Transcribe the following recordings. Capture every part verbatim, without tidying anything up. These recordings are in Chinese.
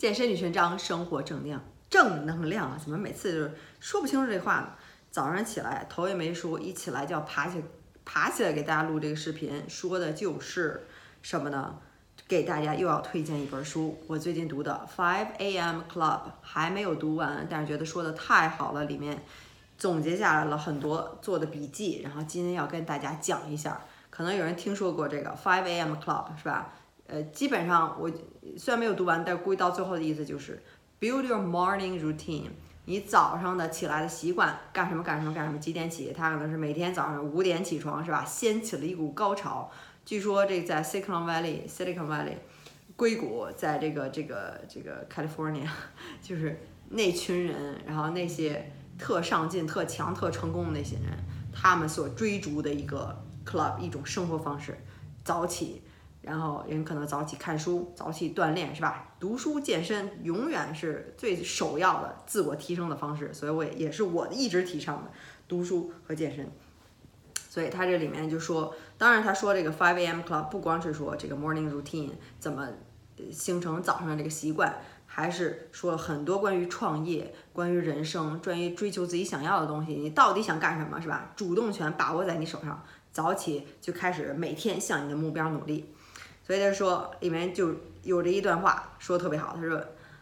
健身女神张，生活正量正能量啊！怎么每次就是说不清楚这话呢？早上起来头也没梳，一起来就要爬起爬起来给大家录这个视频，说的就是什么呢？给大家又要推荐一本书，我最近读的 five A M Club 还没有读完，但是觉得说的太好了，里面总结下来了很多做的笔记，然后今天要跟大家讲一下。可能有人听说过这个 five A M Club 是吧？呃，基本上我虽然没有读完，但估计到最后的意思就是 build your morning routine。你早上的起来的习惯，干什么干什么干什么，几点起？他可能是每天早上五点起床，是吧？掀起了一股高潮。据说这在 Silicon Valley Silicon Valley 硅谷，在这个这个这个 California， 就是那群人，然后那些特上进、特强、特成功的那些人，他们所追逐的一个 club， 一种生活方式，早起。然后人可能早起看书，早起锻炼，是吧？读书健身永远是最首要的自我提升的方式，所以我也也是我一直提倡的读书和健身。所以他这里面就说，当然他说这个 five A M Club 不光是说这个 morning routine 怎么形成早上的这个习惯，还是说了很多关于创业、关于人生、关于追求自己想要的东西。你到底想干什么，是吧？主动权把握在你手上，早起就开始每天向你的目标努力。所以他说里面就有着一段话说得特别好，他说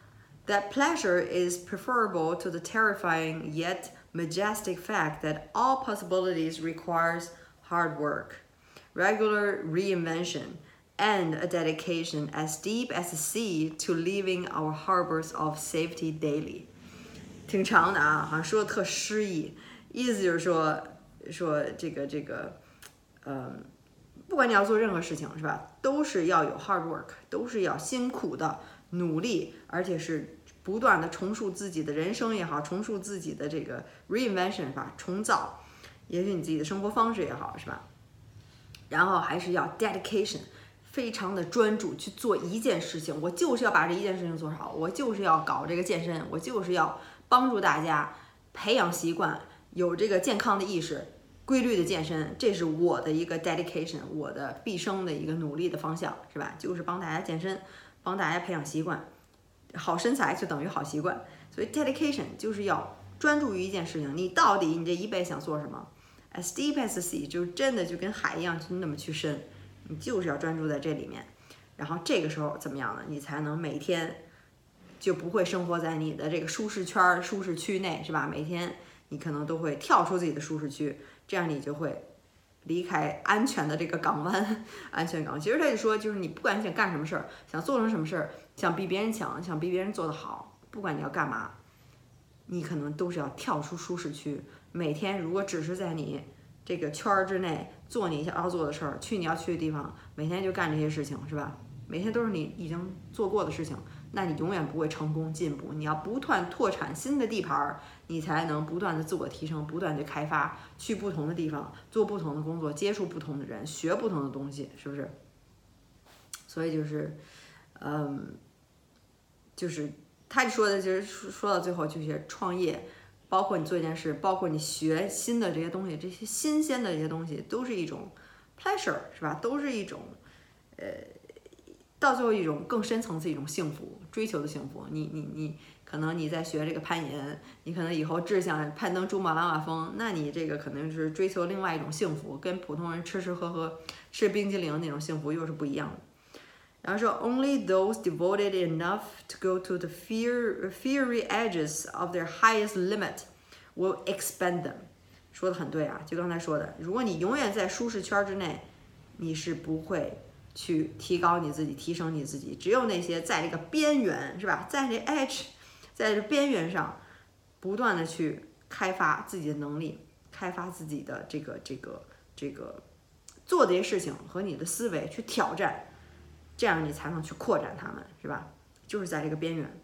That pleasure is preferable to the terrifying yet majestic fact that all possibilities requires hard work, regular reinvention, and a dedication as deep as the sea to leaving our harbors of safety daily。 挺长的啊，好像说的特诗意，意思就是说说这个这个嗯不管你要做任何事情，是吧，都是要有 hard work， 都是要辛苦的努力，而且是不断的重塑自己的人生也好，重塑自己的这个 reinvention 是吧，重造，也许你自己的生活方式也好，是吧？然后还是要 dedication， 非常的专注去做一件事情，我就是要把这一件事情做好，我就是要搞这个健身，我就是要帮助大家培养习惯，有这个健康的意识。规律的健身，这是我的一个 dedication， 我的毕生的一个努力的方向，是吧？就是帮大家健身，帮大家培养习惯，好身材就等于好习惯。所以 dedication 就是要专注于一件事情，你到底你这一辈子想做什么 ？As deep as the sea， 就是真的就跟海一样，就那么去深，你就是要专注在这里面。然后这个时候怎么样呢？你才能每天就不会生活在你的这个舒适圈、舒适区内，是吧？每天你可能都会跳出自己的舒适区。这样你就会离开安全的这个港湾，安全港。其实他就说，就是你不管你想干什么事儿，想做成什么事儿，想比别人强，想比别人做得好，不管你要干嘛，你可能都是要跳出舒适区。每天如果只是在你这个圈儿之内做你想要做的事儿，去你要去的地方，每天就干这些事情，是吧？每天都是你已经做过的事情，那你永远不会成功进步。你要不断拓展新的地盘，你才能不断的自我提升，不断的开发，去不同的地方做不同的工作，接触不同的人，学不同的东西，是不是？所以就是，嗯，就是他说的，就是说到最后就是创业，包括你做一件事，包括你学新的这些东西，这些新鲜的这些东西，都是一种 pleasure， 是吧？都是一种，呃。到最后一种更深层次一种幸福，追求的幸福。你你你，可能你在学这个攀岩，你可能以后志向攀登珠穆朗玛峰，那你这个可能是追求另外一种幸福，跟普通人吃吃喝喝、吃冰激凌那种幸福又是不一样的。然后说 ，Only those devoted enough to go to the fear fiery edges of their highest limit will expand them。说的很对啊，就刚才说的，如果你永远在舒适圈之内，你是不会去提高你自己，提升你自己。只有那些在这个边缘，是吧，在这 edge， 在这边缘上不断的去开发自己的能力，开发自己的这个这个这个做这些事情和你的思维去挑战，这样你才能去扩展它们，是吧？就是在这个边缘。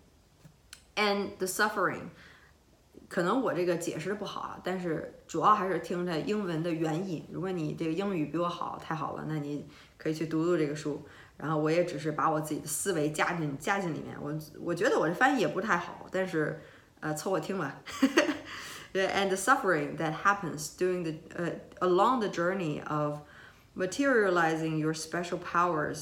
And the suffering， 可能我这个解释的不好啊，但是主要还是听它英文的原意。如果你这个英语比我好，太好了，那你可以去读读这个书。然后我也只是把我自己的思维加进加进里面。我我觉得我的翻译也不太好，但是呃凑合听吧。And the suffering that happens during the uh, along the journey of materializing your special powers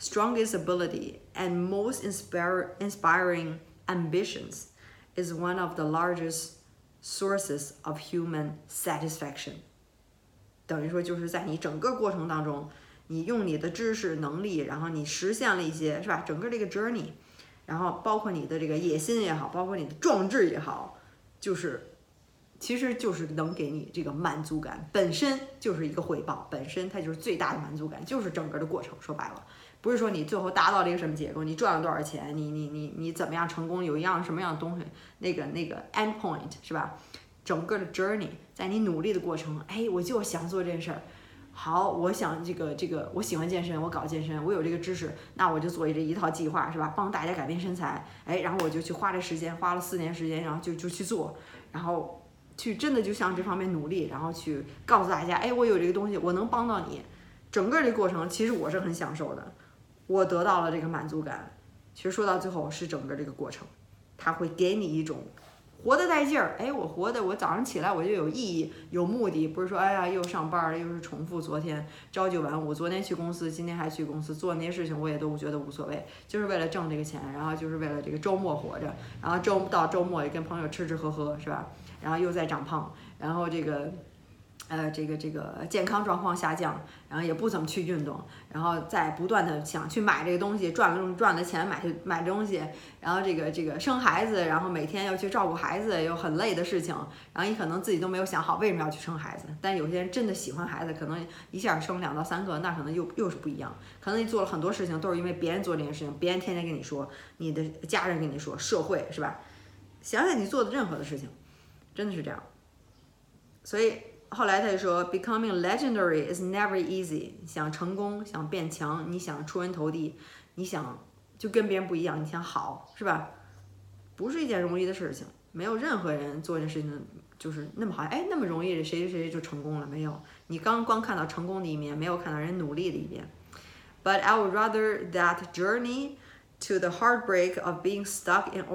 strongest ability and most inspire, inspiring ambitions is one of the largest sources of human satisfaction。等于说就是在你整个过程当中，你用你的知识能力，然后你实现了一些，是吧？整个这个 journey， 然后包括你的这个野心也好，包括你的壮志也好，就是其实就是能给你这个满足感，本身就是一个回报，本身它就是最大的满足感，就是整个的过程。说白了，不是说你最后达到了一个什么结果，你赚了多少钱，你你你你怎么样成功，有一样什么样的东西，那个那个 end point 是吧？整个的 journey， 在你努力的过程，哎，我就想做这件事儿。好，我想这个这个，我喜欢健身，我搞健身，我有这个知识，那我就做这一套计划，是吧？帮大家改变身材，哎，然后我就去花这时间，花了四年时间，然后就就去做，然后去真的就向这方面努力，然后去告诉大家，哎，我有这个东西，我能帮到你。整个这过程，其实我是很享受的，我得到了这个满足感。其实说到最后是整个这个过程，它会给你一种活得带劲儿，哎，我活的，我早上起来我就有意义、有目的，不是说哎呀又上班了，又是重复昨天朝九晚五，昨天去公司，今天还去公司做那些事情，我也都觉得无所谓，就是为了挣这个钱，然后就是为了这个周末活着，然后周到周末也跟朋友吃吃喝喝，是吧？然后又在长胖，然后这个。呃，这个这个健康状况下降，然后也不怎么去运动，然后再不断的想去买这个东西，赚了赚的钱买去买东西，然后这个这个生孩子，然后每天要去照顾孩子，有很累的事情，然后你可能自己都没有想好为什么要去生孩子，但有些人真的喜欢孩子，可能一下生两到三个，那可能又又是不一样，可能你做了很多事情都是因为别人做这件事情，别人天天跟你说，你的家人跟你说，社会是吧？想想你做的任何的事情，真的是这样，所以。后来他就说 ，Becoming legendary is never easy。想成功，想变强，你想出人头地，你想就跟别人不一样，你想好，是吧？不是一件容易的事情，没有任何人做这事情就是那么好，哎，那么容易，谁谁谁就成功了？没有，你刚光看到成功的一面，没有看到人努力的一面。But I would rather that journey to the heartbreak of being stuck in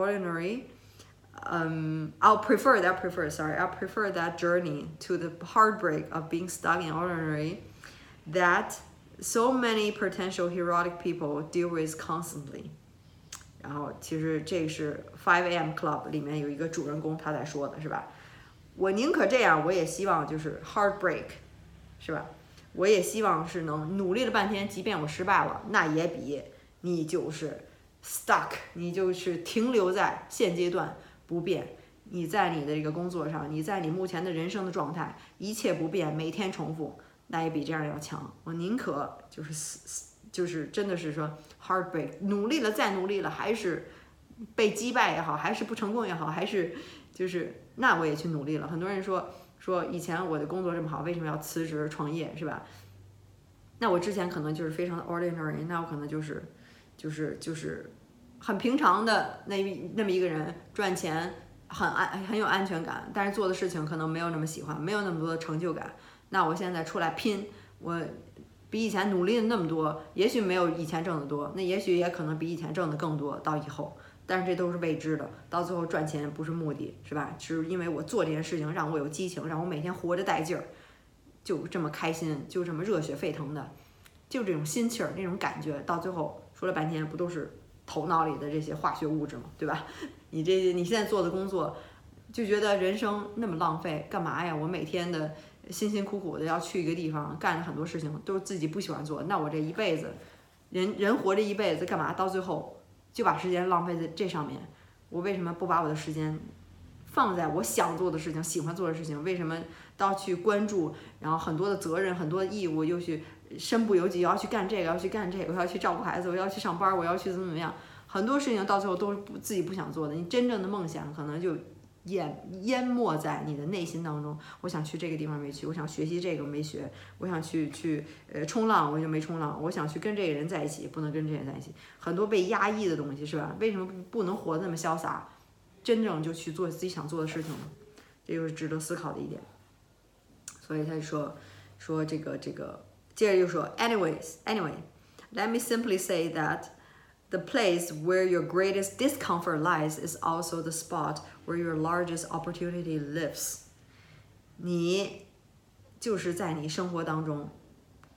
ordinary.Um, I'll prefer that prefer sorry I'll prefer that journey to the heartbreak of being stuck in ordinary that so many potential heroic people deal with constantly。 然后其实这是 five A M Club 里面有一个主人公他在说的是吧，我宁可这样，我也希望就是 heartbreak 是吧，我也希望是能努力了半天，即便我失败了，那也比你就是 stuck 你就是停留在现阶段不变，你在你的这个工作上，你在你目前的人生的状态，一切不变，每天重复，那也比这样要强。我宁可就是就是真的是说 heartbreak， 努力了再努力了，还是被击败也好，还是不成功也好，还是就是那我也去努力了。很多人说说以前我的工作这么好，为什么要辞职创业，是吧？那我之前可能就是非常的 ordinary， 那我可能就是就是就是。很平常的那那么一个人，赚钱很安很有安全感，但是做的事情可能没有那么喜欢，没有那么多的成就感。那我现在出来拼，我比以前努力的那么多，也许没有以前挣得多，那也许也可能比以前挣的更多到以后，但是这都是未知的。到最后赚钱不是目的，是吧？是因为我做这件事情让我有激情，让我每天活着带劲儿，就这么开心，就这么热血沸腾的，就这种心气儿，那种感觉，到最后说了半天不都是头脑里的这些化学物质嘛，对吧？你这你现在做的工作，就觉得人生那么浪费，干嘛呀？我每天的辛辛苦苦的要去一个地方干很多事情，都是自己不喜欢做，那我这一辈子，人人活着一辈子干嘛？到最后就把时间浪费在这上面，我为什么不把我的时间放在我想做的事情、喜欢做的事情？为什么都要去关注，然后很多的责任、很多的义务又去？身不由己，要去干这个，要去干这个，我要去照顾孩子，我要去上班，我要去怎么怎么样，很多事情到最后都是不自己不想做的。你真正的梦想可能就淹淹没在你的内心当中。我想去这个地方没去，我想学习这个没学，我想去去呃冲浪我就没冲浪，我想去跟这个人在一起，不能跟这个人在一起，很多被压抑的东西是吧？为什么不能活得那么潇洒？真正就去做自己想做的事情呢？这就是值得思考的一点。所以他就说说这个这个。接着就说 anyways anyway let me simply say that the place where your greatest discomfort lies is also the spot where your largest opportunity lives。 你就是在你生活当中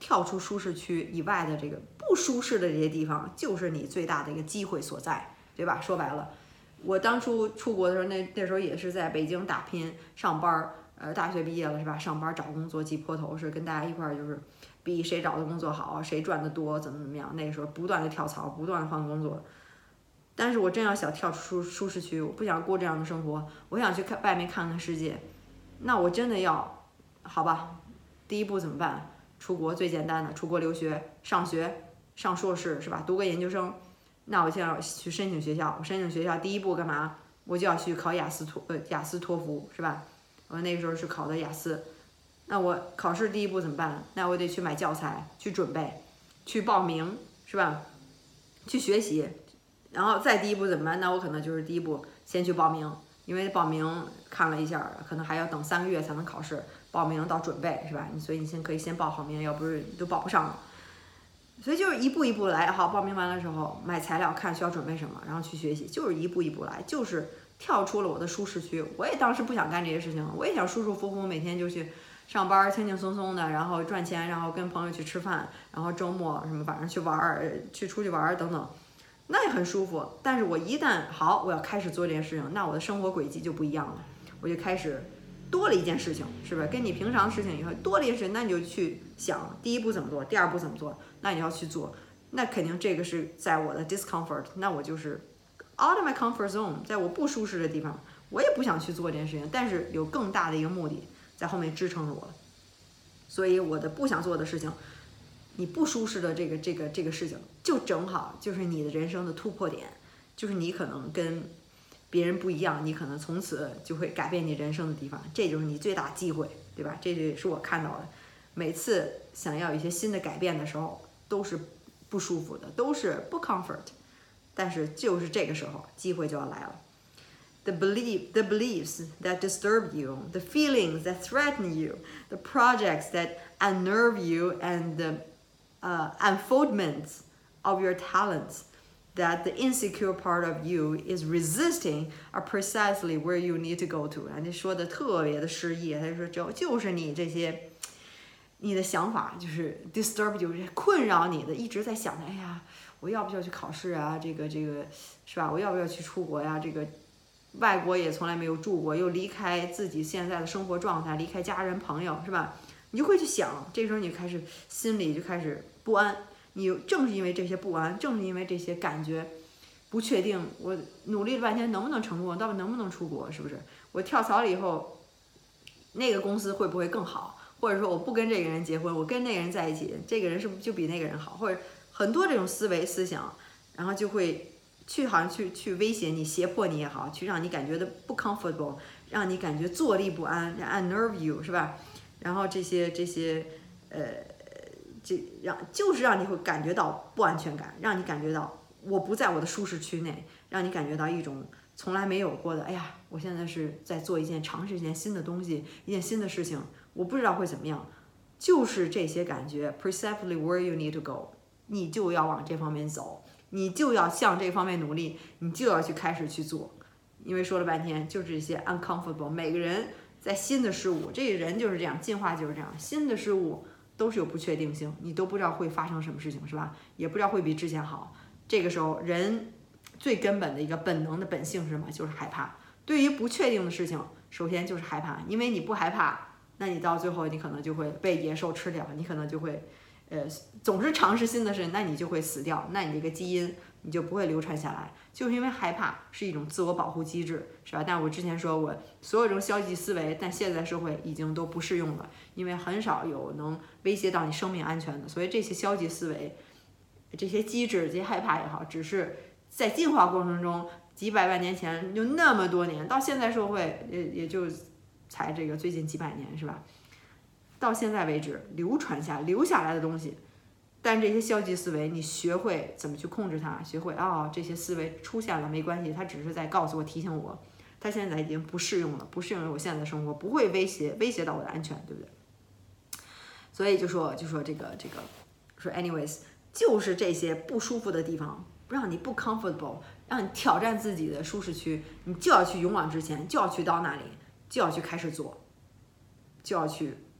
跳出舒适区以外的这个不舒适的这些地方，就是你最大的一个机会所在，对吧？说白了，我当初出国的时候，那那时候也是在北京打拼上班，呃，大学毕业了是吧？上班找工作挤破头，是跟大家一块儿就是比谁找的工作好，谁赚的多，怎么怎么样。那个时候不断的跳槽，不断的换工作。但是我真要想跳出舒适区，我不想过这样的生活，我想去看外面看看世界，那我真的要，好吧，第一步怎么办？出国最简单的，出国留学、上学、上硕士是吧？读个研究生，那我现在要去申请学校，我申请学校第一步干嘛？我就要去考雅思托呃雅思托福是吧？我那个时候是考的雅思，那我考试第一步怎么办？那我得去买教材，去准备，去报名是吧？去学习。然后再第一步怎么办？那我可能就是第一步先去报名，因为报名看了一下，可能还要等三个月才能考试，报名到准备是吧？你所以你先可以先报好名，要不是你都报不上了。所以就是一步一步来，好，报名完了之后买材料，看需要准备什么，然后去学习，就是一步一步来，就是跳出了我的舒适区。我也当时不想干这些事情，我也想舒舒服服每天就去上班，轻轻松松的，然后赚钱，然后跟朋友去吃饭，然后周末什么晚上去玩儿，去出去玩儿等等。那也很舒服，但是我一旦好，我要开始做这件事情，那我的生活轨迹就不一样了，我就开始多了一件事情，是不是？跟你平常的事情以后多了一件事情，那你就去想第一步怎么做，第二步怎么做，那你要去做，那肯定这个是在我的 discomfort， 那我就是 out of my comfort zone， 在我不舒适的地方，我也不想去做这件事情，但是有更大的一个目的在后面支撑着我，所以我的不想做的事情。你不舒适的这个这个这个事情，就正好就是你的人生的突破点，就是你可能跟别人不一样，你可能从此就会改变你人生的地方，这就是你最大机会，对吧？这也是我看到的，每次想要一些新的改变的时候，都是不舒服的，都是不 comfort， 但是就是这个时候，机会就要来了。The belief, the beliefs that disturb you, the feelings that threaten you, the projects that unnerve you, and the Uh, unfoldments of your talents that the insecure part of you is resisting are precisely where you need to go to。 人家说的特别的诗意，他说就就是你这些你的想法就是 disturb you， 困扰你的，一直在想着，哎呀，我要不要去考试啊？这个这个是吧？我要不要去出国呀？这个外国也从来没有住过，又离开自己现在的生活状态，离开家人朋友，是吧？你就会去想，这时候你开始心里就开始不安。你正是因为这些不安，正是因为这些感觉不确定，我努力了半天能不能成功，到底能不能出国，是不是？我跳槽了以后，那个公司会不会更好？或者说我不跟这个人结婚，我跟那个人在一起，这个人是不是就比那个人好？或者很多这种思维思想，然后就会去好像去去威胁你，胁迫你也好，去让你感觉的不 comfortable， 让你感觉坐立不安 ，unnerve you， 是吧？然后这些这些，呃，这让就是让你会感觉到不安全感，让你感觉到我不在我的舒适区内，让你感觉到一种从来没有过的，哎呀，我现在是在做一件尝试一件新的东西，一件新的事情，我不知道会怎么样，就是这些感觉 ，precisely where you need to go， 你就要往这方面走，你就要向这方面努力，你就要去开始去做，因为说了半天就是这些 uncomfortable， 每个人。在新的事物，这个人就是这样，进化就是这样，新的事物都是有不确定性，你都不知道会发生什么事情，是吧？也不知道会比之前好。这个时候，人最根本的一个本能的本性是什么？就是害怕。对于不确定的事情，首先就是害怕，因为你不害怕，那你到最后你可能就会被野兽吃掉，你可能就会，呃，总是尝试新的事情，那你就会死掉，那你这个基因你就不会流传下来。就是因为害怕是一种自我保护机制，是吧？但我之前说过，所有这种消极思维，但现在社会已经都不适用了，因为很少有能威胁到你生命安全的。所以这些消极思维、这些机制、这些害怕也好，只是在进化过程中几百万年前就那么多年，到现在社会也也就才这个最近几百年，是吧？到现在为止流传下留下来的东西。但这些消极思维，你学会怎么去控制它，学会啊、哦，这些思维出现了没关系，它只是在告诉我、提醒我，它现在已经不适用了，不适用于我现在的生活，不会威胁威胁到我的安全，对不对？所以就说就说这个这个说 anyways， 就是这些不舒服的地方，让你不 comfortable， 让你挑战自己的舒适区，你就要去勇往直前，就要去到那里，就要去开始做，就要去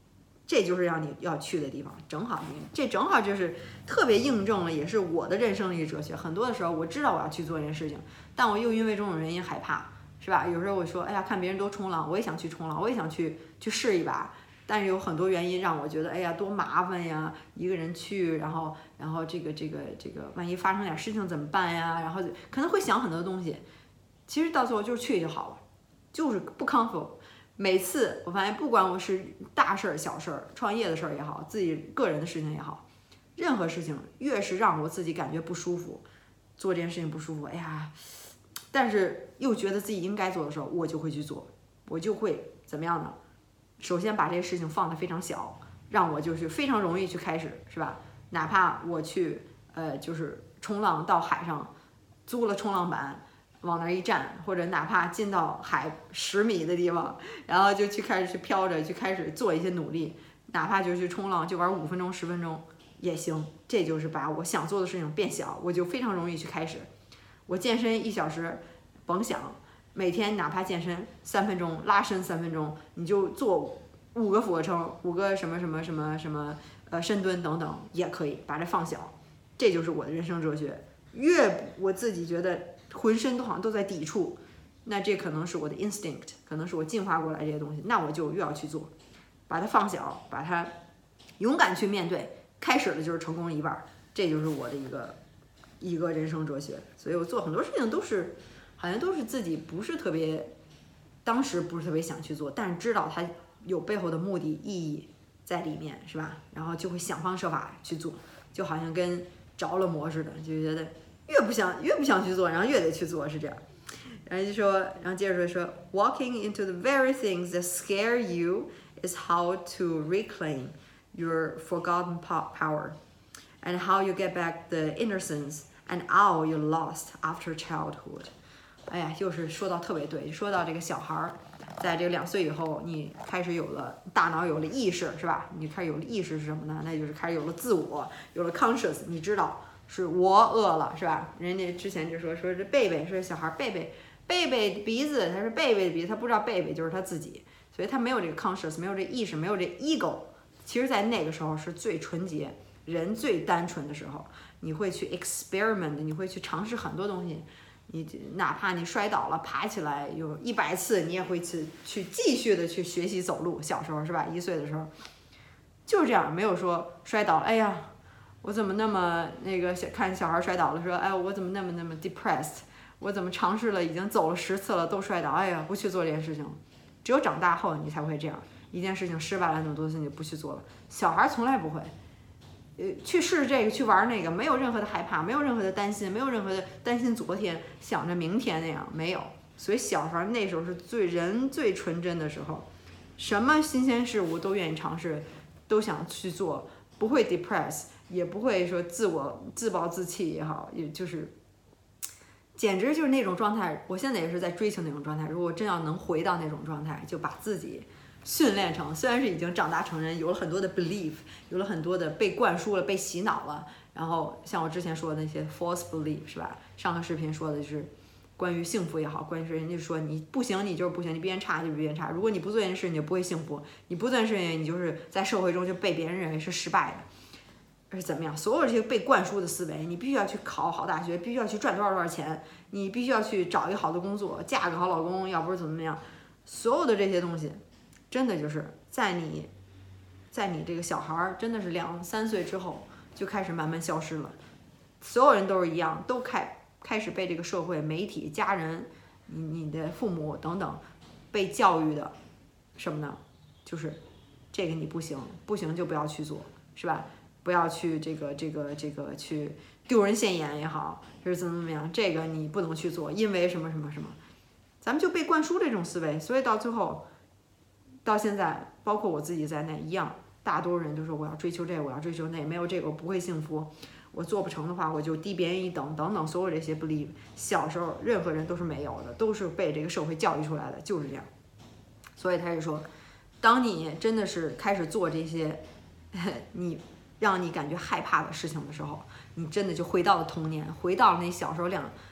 这就是让你要去的地方，正好你这正好就是特别印证了，也是我的人生的一个哲学。很多的时候我知道我要去做这件事情，但我又因为种种原因害怕，是吧？有时候我说，哎呀，看别人都冲浪，我也想去冲浪，我也想去去试一把，但是有很多原因让我觉得，哎呀，多麻烦呀，一个人去，然后然后这个这个这个，万一发生点事情怎么办呀？然后可能会想很多东西，其实到最后就是去就好了，就是不 comfortable。每次我发现，不管我是大事儿、小事儿，创业的事儿也好，自己个人的事情也好，任何事情越是让我自己感觉不舒服，做这件事情不舒服，哎呀，但是又觉得自己应该做的时候，我就会去做，我就会怎么样呢？首先把这个事情放得非常小，让我就是非常容易去开始，是吧？哪怕我去呃就是冲浪到海上，租了冲浪板。往那儿一站，或者哪怕进到海十米的地方，然后就去开始去飘着，去开始做一些努力，哪怕就去冲浪，就玩五分钟、十分钟也行。这就是把我想做的事情变小，我就非常容易去开始。我健身一小时，甭想，每天哪怕健身三分钟，拉伸三分钟，你就做五个俯卧撑，五个什么什么什么什么呃深蹲等等也可以，把这放小。这就是我的人生哲学。越我自己觉得。浑身都好像都在抵触，那这可能是我的 instinct， 可能是我进化过来这些东西，那我就越要去做，把它放小，把它勇敢去面对，开始了就是成功一半，这就是我的一个一个人生哲学。所以我做很多事情都是好像都是自己不是特别，当时不是特别想去做，但是知道它有背后的目的意义在里面，是吧？然后就会想方设法去做，就好像跟着了魔似的，就觉得。越不想越不想去做，然后越得去做，是这样。然后就说，然后接着说说 ，Walking into the very things that scare you is how to reclaim your forgotten power, and how you get back the innocence and awe you lost after childhood。哎呀，就是说到特别对，说到这个小孩儿，在这个两岁以后，你开始有了大脑有了意识，是吧？你开始有了意识是什么呢？那就是开始有了自我，有了 conscious， 你知道。是我饿了，是吧？人家之前就说说这贝贝，说小孩贝贝，贝贝鼻子，他是贝贝的鼻子，他不知道贝贝就是他自己，所以他没有这个 conscious， 没有这意识，没有这 ego。其实，在那个时候是最纯洁、人最单纯的时候，你会去 experiment， 你会去尝试很多东西。你哪怕你摔倒了，爬起来有一百次，你也会去去继续的去学习走路。小时候是吧？一岁的时候就是这样，没有说摔倒，哎呀。我怎么那么那个小看小孩摔倒了，说哎我怎么那么那么 depressed， 我怎么尝试了已经走了十次了都摔倒，哎呀不去做这件事情。只有长大后你才会这样，一件事情失败了那么多次你就不去做了。小孩从来不会，呃去试这个去玩那个，没有任何的害怕，没有任何的担心，没有任何的担心昨天想着明天那样，没有。所以小孩那时候是最人最纯真的时候，什么新鲜事物都愿意尝试，都想去做，不会 depress。也不会说自我自暴自弃也好，也就是简直就是那种状态。我现在也是在追求那种状态。如果真要能回到那种状态，就把自己训练成，虽然是已经长大成人，有了很多的 belief， 有了很多的被灌输了、被洗脑了。然后像我之前说的那些 false belief， 是吧？上个视频说的就是关于幸福也好，关于人家说你不行，你就是不行，你比别人差就比别人差。如果你不做这件事，你就不会幸福；你不做这件事，你就是在社会中就被别人认为是失败的。是怎么样？所有这些被灌输的思维，你必须要去考好大学，必须要去赚多少多少钱，你必须要去找一个好的工作，嫁个好老公，要不是怎么样，所有的这些东西，真的就是在你，在你这个小孩真的是两三岁之后就开始慢慢消失了。所有人都是一样，都开开始被这个社会、媒体、家人、你你的父母等等被教育的什么呢？就是这个你不行，不行就不要去做，是吧？不要去这个这个这个去丢人现眼也好，就是怎么怎么样，这个你不能去做，因为什么什么什么，咱们就被灌输这种思维，所以到最后，到现在，包括我自己在内一样，大多数人都说我要追求这个，我要追求那，没有这个我不会幸福，我做不成的话我就低别人一等等等，所有这些 belief， 小时候任何人都是没有的，都是被这个社会教育出来的，就是这样。所以他就说，当你真的是开始做这些，你。让你感觉害怕的事情的时候，你真的就回到了童年，回到了那小时候两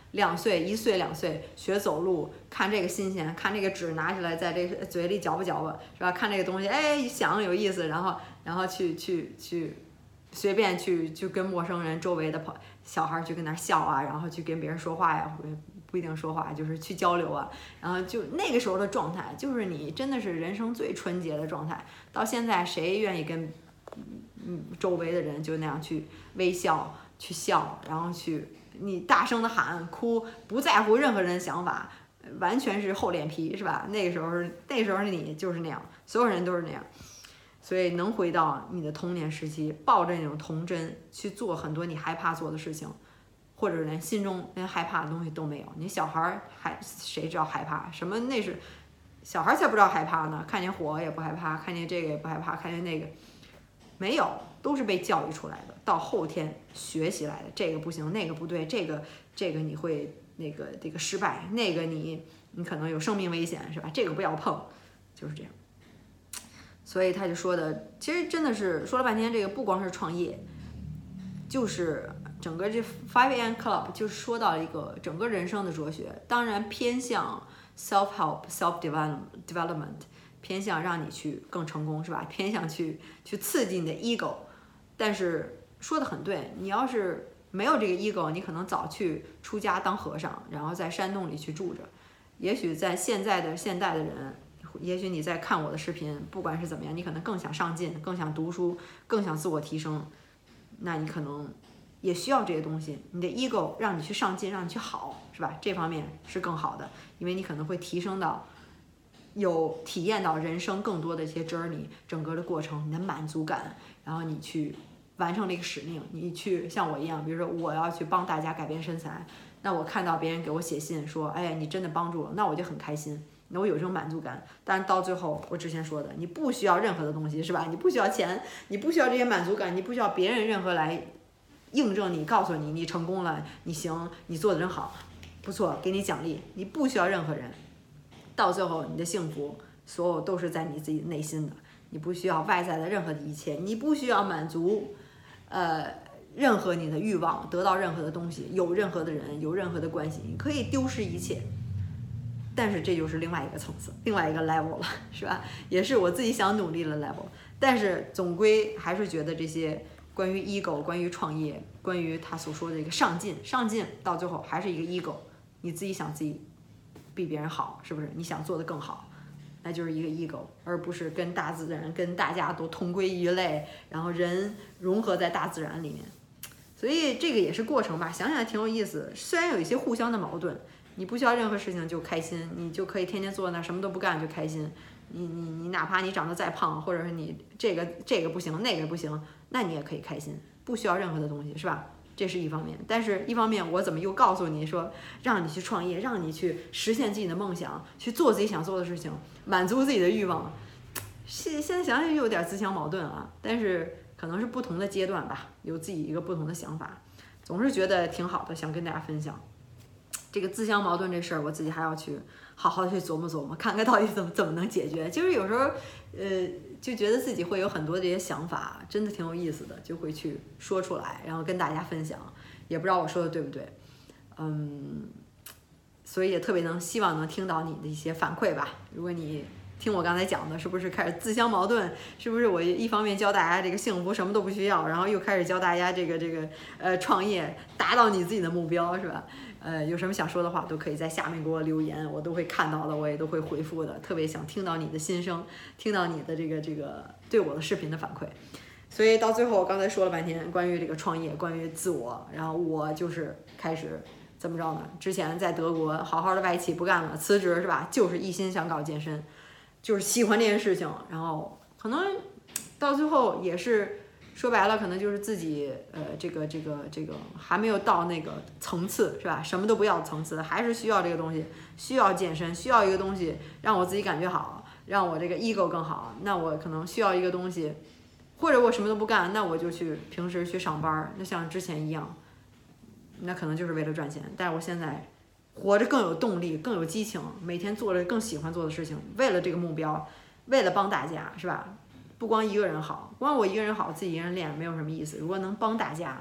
两岁、一岁、两岁学走路，看这个新鲜，看这个纸拿起来在这个嘴里嚼吧嚼吧，是吧？看这个东西，哎，想有意思，然后然后去去去随便去去跟陌生人周围的朋小孩去跟那笑啊，然后去跟别人说话呀，不一定说话，就是去交流啊。然后就那个时候的状态，就是你真的是人生最纯洁的状态。到现在谁愿意跟嗯周围的人就那样去微笑去笑，然后去你大声的喊哭，不在乎任何人的想法，完全是厚脸皮，是吧？那个时候那个时候的你就是那样，所有人都是那样。所以能回到你的童年时期，抱着那种童真去做很多你害怕做的事情，或者连心中连害怕的东西都没有。你小孩还谁知道害怕什么？那是小孩才不知道害怕呢，看见火也不害怕，看见这个也不害怕，看见那个没有，都是被教育出来的，到后天学习来的。这个不行，那个不对，这个这个你会那个这个失败，那个你你可能有生命危险，是吧？这个不要碰，就是这样。所以他就说的，其实真的是说了半天，这个不光是创业，就是整个这 Five A M Club 就是说到一个整个人生的哲学，当然偏向 self help self development， 偏向让你去更成功，是吧？偏向去去刺激你的 ego， 但是说的很对，你要是没有这个 ego， 你可能早去出家当和尚，然后在山洞里去住着。也许在现在的现代的人，也许你在看我的视频，不管是怎么样，你可能更想上进，更想读书，更想自我提升，那你可能也需要这些东西。你的 ego 让你去上进，让你去好，是吧？这方面是更好的，因为你可能会提升到有体验到人生更多的一些 journey， 整个的过程，你的满足感，然后你去完成这个使命，你去像我一样，比如说我要去帮大家改变身材，那我看到别人给我写信说，哎呀，你真的帮助了，那我就很开心。那我有这种满足感，但是到最后，我之前说的，你不需要任何的东西，是吧？你不需要钱，你不需要这些满足感，你不需要别人任何来印证你，告诉你你成功了，你行，你做的真好，不错，给你奖励，你不需要任何人。到最后，你的幸福，所有都是在你自己内心的，你不需要外在的任何的一切，你不需要满足，呃，任何你的欲望，得到任何的东西，有任何的人，有任何的关系，你可以丢失一切。但是这就是另外一个层次，另外一个 level 了，是吧？也是我自己想努力的 level。但是总归还是觉得这些关于 ego， 关于创业，关于他所说的这个上进，上进到最后还是一个 ego。你自己想自己比别人好，是不是？你想做得更好，那就是一个 ego， 而不是跟大自然、跟大家都同归于类，然后人融合在大自然里面。所以这个也是过程吧，想想挺有意思。虽然有一些互相的矛盾。你不需要任何事情就开心，你就可以天天坐那什么都不干就开心。你你你哪怕你长得再胖，或者是你这个这个不行那个不行，那你也可以开心，不需要任何的东西，是吧？这是一方面。但是一方面我怎么又告诉你说，让你去创业，让你去实现自己的梦想，去做自己想做的事情，满足自己的欲望。现现在想想又有点自相矛盾啊，但是可能是不同的阶段吧，有自己一个不同的想法，总是觉得挺好的，想跟大家分享。这个自相矛盾这事儿，我自己还要去好好的去琢磨琢磨，看看到底怎么怎么能解决。就是有时候，呃，就觉得自己会有很多这些想法，真的挺有意思的，就会去说出来，然后跟大家分享。也不知道我说的对不对，嗯，所以也特别能希望能听到你的一些反馈吧。如果你听我刚才讲的，是不是开始自相矛盾？是不是我一方面教大家这个幸福什么都不需要，然后又开始教大家这个这个呃创业，达到你自己的目标，是吧？呃，有什么想说的话，都可以在下面给我留言，我都会看到的，我也都会回复的。特别想听到你的心声，听到你的这个这个对我的视频的反馈。所以到最后，我刚才说了半天关于这个创业，关于自我，然后我就是开始怎么着呢？之前在德国好好的外企不干了，辞职是吧？就是一心想搞健身，就是喜欢这件事情，然后可能到最后也是。说白了，可能就是自己，呃，这个这个这个还没有到那个层次，是吧？什么都不要的层次，还是需要这个东西，需要健身，需要一个东西让我自己感觉好，让我这个 ego 更好。那我可能需要一个东西，或者我什么都不干，那我就去平时去上班，那像之前一样，那可能就是为了赚钱。但是我现在活着更有动力，更有激情，每天做着更喜欢做的事情，为了这个目标，为了帮大家，是吧？不光一个人好，光我一个人好，自己一个人练没有什么意思。如果能帮大家，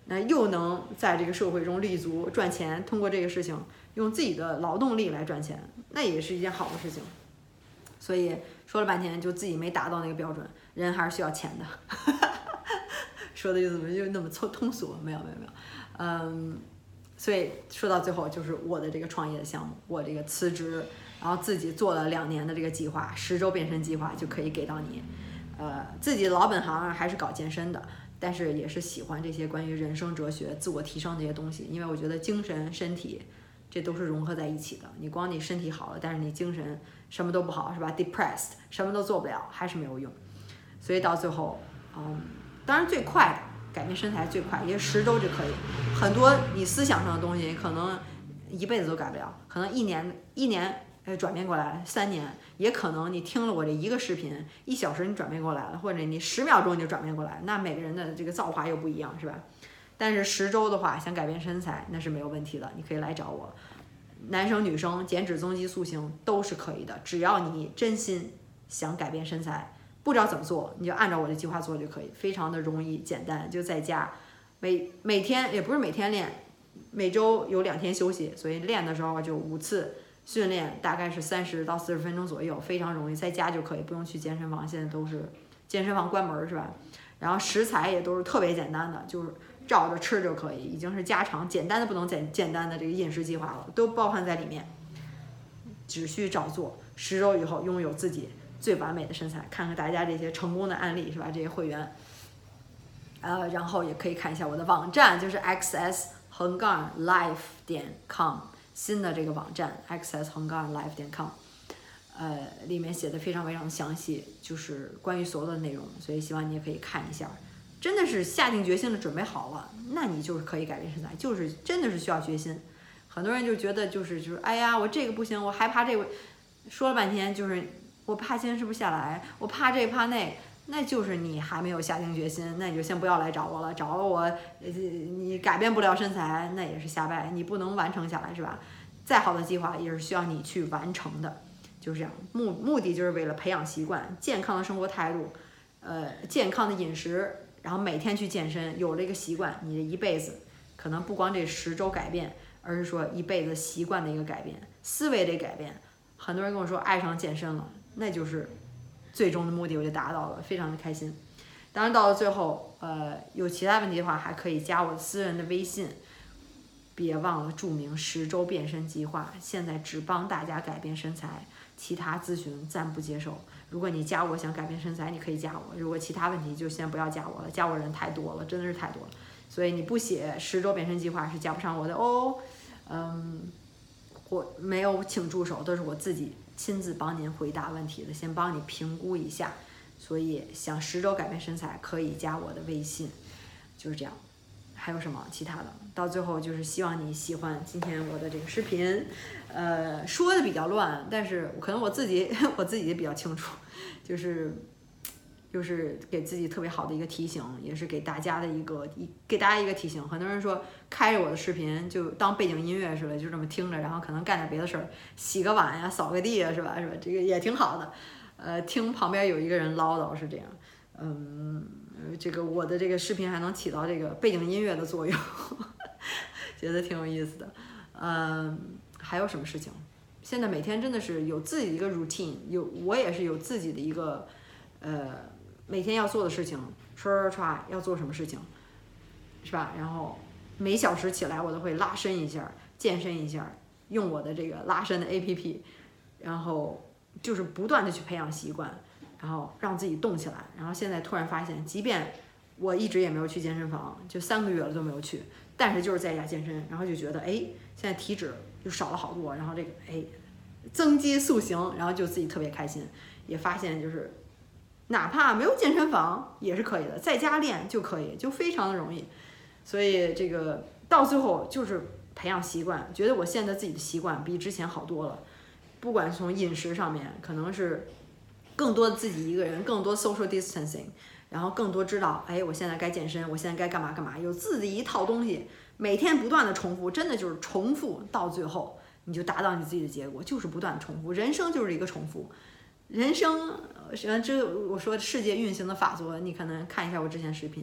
那又能在这个社会中立足赚钱，通过这个事情用自己的劳动力来赚钱，那也是一件好的事情。所以说了半天，就自己没达到那个标准，人还是需要钱的。说的就怎么就那么通通俗？没有没有没有，嗯，所以说到最后就是我的这个创业的项目，我这个辞职，然后自己做了两年的这个计划，十周变身计划就可以给到你。呃，自己的老本行还是搞健身的，但是也是喜欢这些关于人生哲学、自我提升这些东西，因为我觉得精神、身体这都是融合在一起的。你光你身体好了，但是你精神什么都不好，是吧 ？depressed， 什么都做不了，还是没有用。所以到最后，嗯，当然最快的改变身材最快，也十周就可以。很多你思想上的东西，可能一辈子都改不了，可能一年一年。呃，转变过来三年，也可能你听了我这一个视频，一小时你转变过来了，或者你十秒钟你就转变过来，那每个人的这个造化又不一样，是吧？但是十周的话，想改变身材那是没有问题的，你可以来找我。男生女生减脂增肌塑形都是可以的，只要你真心想改变身材，不知道怎么做，你就按照我的计划做就可以，非常的容易简单，就在家每每天也不是每天练，每周有两天休息，所以练的时候就五次。训练大概是三十到四十分钟左右，非常容易，在家就可以，不用去健身房。现在都是健身房关门是吧？然后食材也都是特别简单的，就是照着吃就可以，已经是家常简单的不能简简单的这个饮食计划了，都包含在里面。只需照做，十周以后拥有自己最完美的身材。看看大家这些成功的案例是吧？这些会员，呃，然后也可以看一下我的网站，就是 x s 横杠 life 点 com。新的这个网站 x s 横杠 life 点 com， 呃，里面写的非常非常详细，就是关于所有的内容，所以希望你也可以看一下。真的是下定决心的准备好了，那你就是可以改变身材，就是真的是需要决心。很多人就觉得就是就是哎呀，我这个不行，我害怕这个，说了半天就是我怕坚持不下来，我怕这怕那。那就是你还没有下定决心，那你就先不要来找我了。找了我，呃，你改变不了身材，那也是瞎掰，你不能完成下来，是吧？再好的计划也是需要你去完成的，就是这样。目目的就是为了培养习惯，健康的生活态度，呃，健康的饮食，然后每天去健身，有了一个习惯，你这一辈子可能不光这十周改变，而是说一辈子习惯的一个改变，思维的改变。很多人跟我说爱上健身了，那就是。最终的目的我就达到了，非常的开心。当然到了最后，呃，有其他问题的话，还可以加我私人的微信，别忘了注明十周变身计划。现在只帮大家改变身材，其他咨询暂不接受。如果你加我想改变身材，你可以加我；如果其他问题就先不要加我了，加我人太多了，真的是太多了。所以你不写十周变身计划是加不上我的哦。嗯，我没有请助手，都是我自己。亲自帮您回答问题的，先帮你评估一下，所以想十周改变身材可以加我的微信，就是这样。还有什么其他的？到最后就是希望你喜欢今天我的这个视频，呃，说的比较乱，但是可能我自己我自己也比较清楚，就是就是给自己特别好的一个提醒，也是给大家的一个一给大家一个提醒。很多人说开着我的视频就当背景音乐似的，就这么听着，然后可能干点别的事儿，洗个碗呀，扫个地呀，是吧？是吧？这个也挺好的。呃，听旁边有一个人唠叨是这样，嗯，这个我的这个视频还能起到这个背景音乐的作用，觉得挺有意思的。嗯，还有什么事情？现在每天真的是有自己的一个 routine， 有我也是有自己的一个呃。每天要做的事情，刷刷刷要做什么事情，是吧？然后每小时起来我都会拉伸一下，健身一下，用我的这个拉伸的 A P P， 然后就是不断的去培养习惯，然后让自己动起来。然后现在突然发现，即便我一直也没有去健身房，就三个月了都没有去，但是就是在家健身，然后就觉得哎，现在体脂就少了好多，然后这个哎增肌塑形，然后就自己特别开心，也发现就是。哪怕没有健身房也是可以的，在家练就可以，就非常的容易。所以这个到最后就是培养习惯，觉得我现在自己的习惯比之前好多了。不管从饮食上面，可能是更多的自己一个人，更多 social distancing， 然后更多知道，哎，我现在该健身，我现在该干嘛干嘛，有自己一套东西，每天不断的重复，真的就是重复，到最后你就达到你自己的结果，就是不断的重复，人生就是一个重复。人生，这我说世界运行的法则，你可能看一下我之前视频，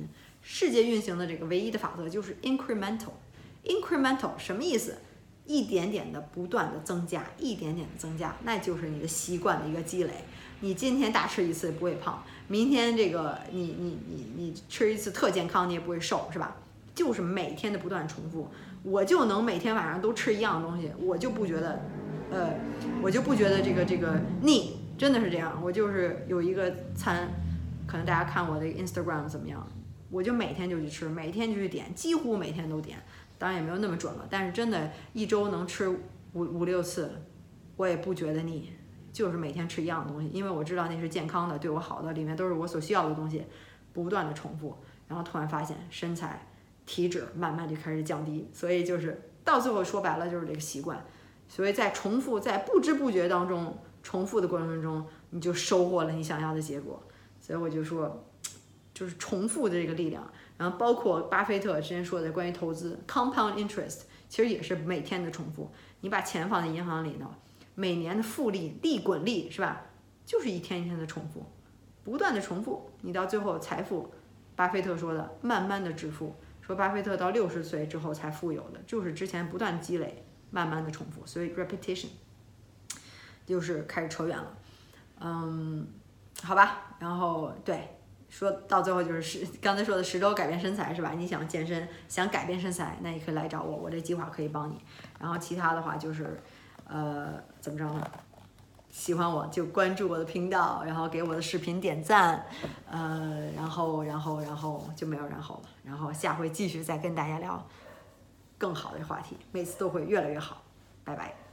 世界运行的这个唯一的法则就是 incremental。incremental 什么意思？一点点的不断的增加，一点点的增加，那就是你的习惯的一个积累。你今天大吃一次不会胖，明天这个你你你你吃一次特健康，你也不会瘦，是吧？就是每天的不断重复，我就能每天晚上都吃一样的东西，我就不觉得，呃，我就不觉得这个这个腻，真的是这样。我就是有一个餐，可能大家看我的 Instagram 怎么样，我就每天就去吃，每天就去点，几乎每天都点。当然也没有那么准了，但是真的，一周能吃五五六次，我也不觉得腻，就是每天吃一样的东西，因为我知道那是健康的，对我好的，里面都是我所需要的东西，不断的重复，然后突然发现身材、体脂慢慢就开始降低，所以就是到最后说白了就是这个习惯，所以在重复，在不知不觉当中重复的过程中，你就收获了你想要的结果，所以我就说，就是重复的这个力量。然后包括巴菲特之前说的关于投资 compound interest， 其实也是每天的重复。你把钱放在银行里呢，每年的复利、利滚利是吧？就是一天一天的重复，不断的重复，你到最后财富，巴菲特说的慢慢的致富。说巴菲特到六十岁之后才富有的，就是之前不断积累，慢慢的重复。所以 repetition 就是开始扯远了，嗯，好吧，然后对。说到最后就是十刚才说的十周改变身材是吧？你想健身，想改变身材，那你可以来找我，我这计划可以帮你。然后其他的话就是，呃，怎么着呢？喜欢我就关注我的频道，然后给我的视频点赞，呃，然后然后然后就没有然后了。然后下回继续再跟大家聊更好的话题，每次都会越来越好。拜拜。